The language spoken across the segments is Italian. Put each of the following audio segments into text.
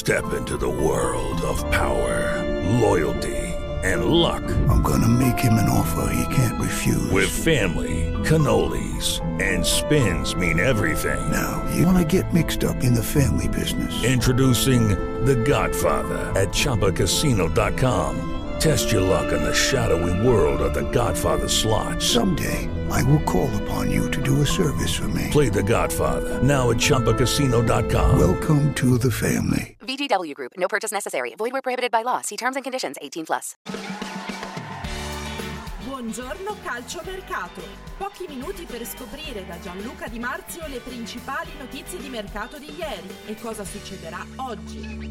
Step into the world of power, loyalty, and luck. I'm gonna make him an offer he can't refuse. With family, cannolis, and spins mean everything. Now, you wanna get mixed up in the family business. Introducing The Godfather at ChumbaCasino.com. Test your luck in the shadowy world of The Godfather slot. Someday, I will call upon you to do a service for me. Play The Godfather now at ChumbaCasino.com. Welcome to the family. VGW Group. No purchase necessary. Void where prohibited by law. See terms and conditions. 18+. Buongiorno calciomercato. Pochi minuti per scoprire da Gianluca Di Marzio le principali notizie di mercato di ieri e cosa succederà oggi.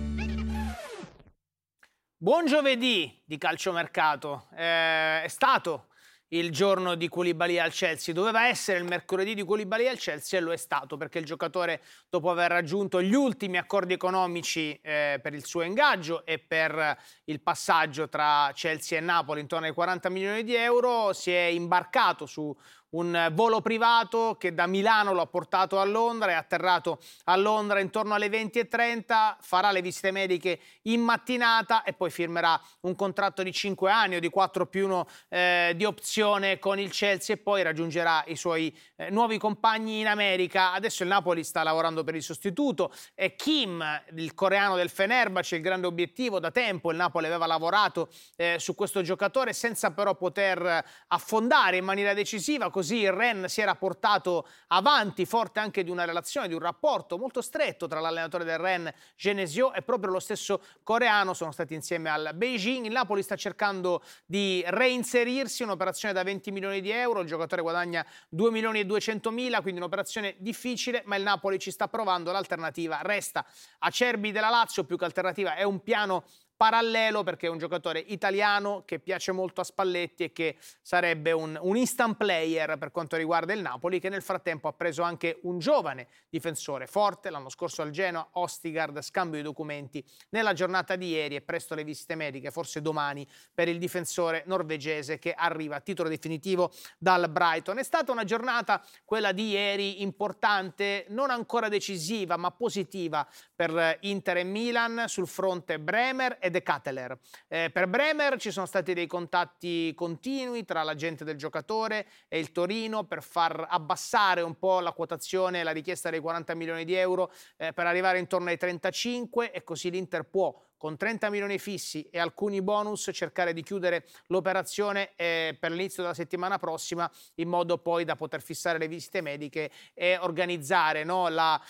Buon giovedì di calciomercato. È stato il giorno di Koulibaly al Chelsea, doveva essere il mercoledì di Koulibaly al Chelsea e lo è stato, perché il giocatore, dopo aver raggiunto gli ultimi accordi economici per il suo ingaggio e per il passaggio tra Chelsea e Napoli intorno ai 40 milioni di euro, si è imbarcato su un volo privato che da Milano lo ha portato a Londra, è atterrato a Londra intorno alle 20:30, farà le visite mediche in mattinata e poi firmerà un contratto di 5 anni o di 4+1 di opzione con il Chelsea e poi raggiungerà i suoi nuovi compagni in America. Adesso il Napoli sta lavorando per il sostituto. Kim, il coreano del Fenerbahce, il grande obiettivo da tempo. Il Napoli aveva lavorato su questo giocatore senza però poter affondare in maniera decisiva. Così il Rennes si era portato avanti, forte anche di una relazione, di un rapporto molto stretto tra l'allenatore del Rennes, Genesio, e proprio lo stesso coreano. Sono stati insieme al Beijing. Il Napoli sta cercando di reinserirsi, un'operazione da 20 milioni di euro, il giocatore guadagna 2.200.000, quindi un'operazione difficile, ma il Napoli ci sta provando. L'alternativa resta Acerbi della Lazio, più che alternativa è un piano parallelo, perché è un giocatore italiano che piace molto a Spalletti e che sarebbe un instant player per quanto riguarda il Napoli, che nel frattempo ha preso anche un giovane difensore forte l'anno scorso al Genoa, Ostigard, scambio di documenti nella giornata di ieri e presto le visite mediche, forse domani, per il difensore norvegese che arriva a titolo definitivo dal Brighton. È stata una giornata, quella di ieri, importante, non ancora decisiva ma positiva per Inter e Milan sul fronte Bremer e De Ketelaere. Per Bremer ci sono stati dei contatti continui tra l'agente del giocatore e il Torino per far abbassare un po' la quotazione, la richiesta dei 40 milioni di euro per arrivare intorno ai 35, e così l'Inter può, con 30 milioni fissi e alcuni bonus, cercare di chiudere l'operazione per l'inizio della settimana prossima, in modo poi da poter fissare le visite mediche e organizzare, no,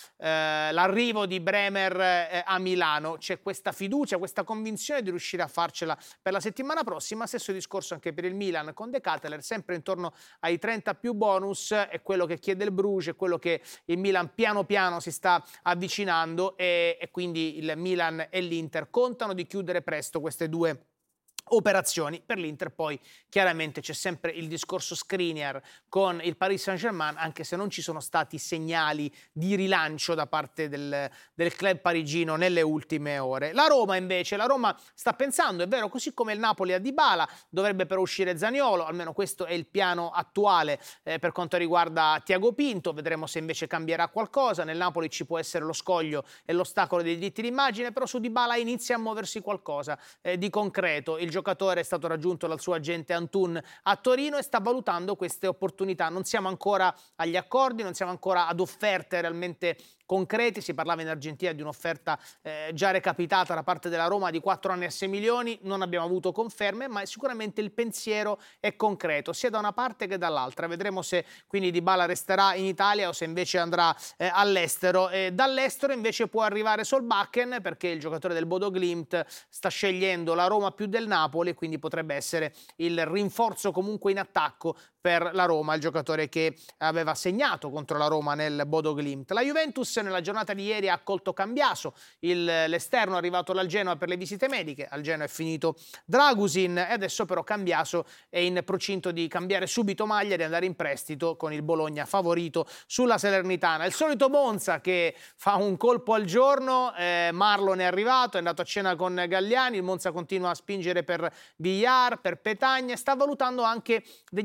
l'arrivo di Bremer a Milano. C'è questa fiducia, questa convinzione di riuscire a farcela per la settimana prossima. Stesso discorso anche per il Milan con De Ketelaere, sempre intorno ai 30 più bonus, è quello che chiede il Bruges, è quello che il Milan piano piano si sta avvicinando, e quindi il Milan e l'Inter contano di chiudere presto queste due operazioni. Per l'Inter poi chiaramente c'è sempre il discorso Skriniar con il Paris Saint-Germain, anche se non ci sono stati segnali di rilancio da parte del club parigino nelle ultime ore. La Roma invece, la Roma sta pensando, è vero, così come il Napoli a Dybala, dovrebbe però uscire Zaniolo, almeno questo è il piano attuale per quanto riguarda Thiago Pinto. Vedremo se invece cambierà qualcosa. Nel Napoli ci può essere lo scoglio e l'ostacolo dei diritti d'immagine, però su Dybala inizia a muoversi qualcosa di concreto. Il giocatore è stato raggiunto dal suo agente Antun a Torino e sta valutando queste opportunità. Non siamo ancora agli accordi, non siamo ancora ad offerte realmente concreti. Si parlava in Argentina di un'offerta già recapitata da parte della Roma di 4 anni e 6 milioni, non abbiamo avuto conferme, ma sicuramente il pensiero è concreto sia da una parte che dall'altra. Vedremo se quindi Dybala resterà in Italia o se invece andrà all'estero. Dall'estero invece può arrivare Solbakken, perché il giocatore del Bodo Glimt sta scegliendo la Roma più del Napoli, quindi potrebbe essere il rinforzo comunque in attacco per la Roma, il giocatore che aveva segnato contro la Roma nel Bodo Glimt. La Juventus nella giornata di ieri ha accolto Cambiaso, l'esterno arrivato dal Genoa per le visite mediche. Al Genoa è finito Dragusin e adesso però Cambiaso è in procinto di cambiare subito maglia e di andare in prestito con il Bologna favorito sulla Salernitana. Il solito Monza che fa un colpo al giorno, Marlon è arrivato, è andato a cena con Galliani, il Monza continua a spingere per Villar, per Petagna, sta valutando anche degli svincoli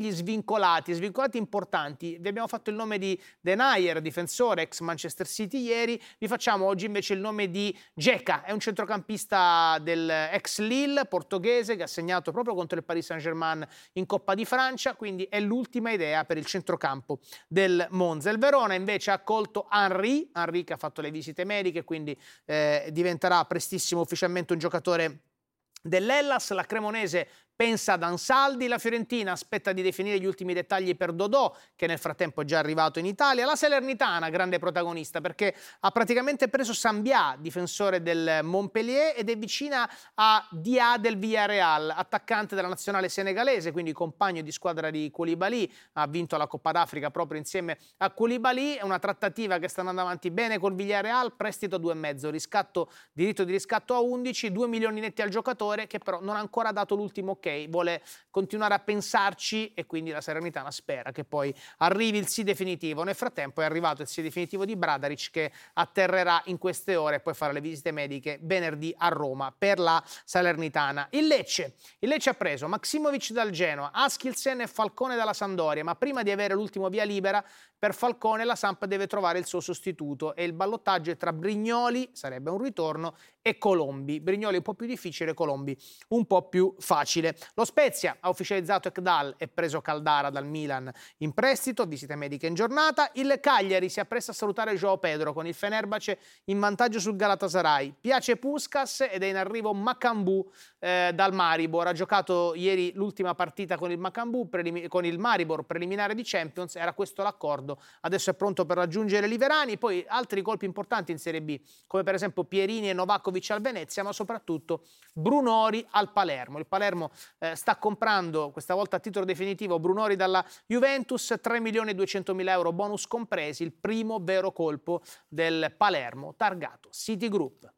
svincolati importanti. Vi abbiamo fatto il nome di Denayer, difensore ex Manchester City ieri, vi facciamo oggi invece il nome di Dzeka, è un centrocampista del ex Lille portoghese che ha segnato proprio contro il Paris Saint-Germain in Coppa di Francia, quindi è l'ultima idea per il centrocampo del Monza. Il Verona invece ha accolto Henry che ha fatto le visite mediche, quindi diventerà prestissimo ufficialmente un giocatore dell'Hellas. La Cremonese pensa ad Ansaldi, la Fiorentina aspetta di definire gli ultimi dettagli per Dodò, che nel frattempo è già arrivato in Italia. La Salernitana, grande protagonista, perché ha praticamente preso Sambià, difensore del Montpellier, ed è vicina a Dia del Villarreal, attaccante della nazionale senegalese, quindi compagno di squadra di Koulibaly, ha vinto la Coppa d'Africa proprio insieme a Koulibaly. È una trattativa che sta andando avanti bene col Villarreal, prestito a 2,5, diritto di riscatto a 11, 2 milioni netti al giocatore, che però non ha ancora dato l'ultimo ok, vuole continuare a pensarci, e quindi la Salernitana spera che poi arrivi il sì definitivo. Nel frattempo è arrivato il sì definitivo di Bradaric, che atterrerà in queste ore e poi farà le visite mediche venerdì a Roma per la Salernitana. Il Lecce ha preso Maksimovic dal Genoa, Askilsen e Falcone dalla Sampdoria, ma prima di avere l'ultimo via libera per Falcone la Samp deve trovare il suo sostituto e il ballottaggio è tra Brignoli, sarebbe un ritorno, e Colombi. Brignoli un po' più difficile, Colombi un po' più facile. Lo Spezia ha ufficializzato Ekdal e preso Caldara dal Milan in prestito, visite mediche in giornata. Il Cagliari si appresta a salutare João Pedro con il Fenerbahce in vantaggio sul Galatasaray. Piace Puskas ed è in arrivo Makambu dal Maribor. Ha giocato ieri l'ultima partita con il Makambu, con il Maribor preliminare di Champions, era questo l'accordo. Adesso è pronto per raggiungere Liverani. Poi altri colpi importanti in Serie B, come per esempio Pierini e Novakovic al Venezia, ma soprattutto Brunori al Palermo. Il Palermo sta comprando, questa volta a titolo definitivo, Brunori dalla Juventus, 3.200.000 euro bonus compresi, il primo vero colpo del Palermo, targato Citigroup.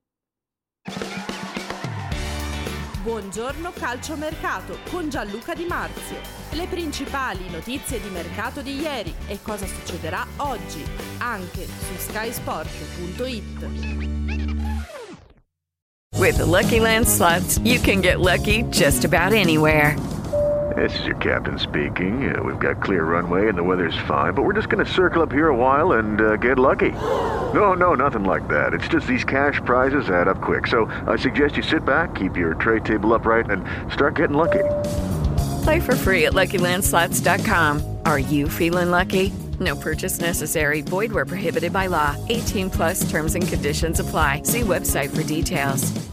Buongiorno calciomercato con Gianluca Di Marzio. Le principali notizie di mercato di ieri e cosa succederà oggi, anche su skysport.it. With the Lucky Land Slots, you can get lucky just about anywhere. This is your captain speaking. We've got clear runway and the weather's fine, but we're just going to circle up here a while and get lucky. No, nothing like that. It's just these cash prizes add up quick. So I suggest you sit back, keep your tray table upright, and start getting lucky. Play for free at LuckyLandSlots.com. Are you feeling lucky? No purchase necessary. Void where prohibited by law. 18+ terms and conditions apply. See website for details.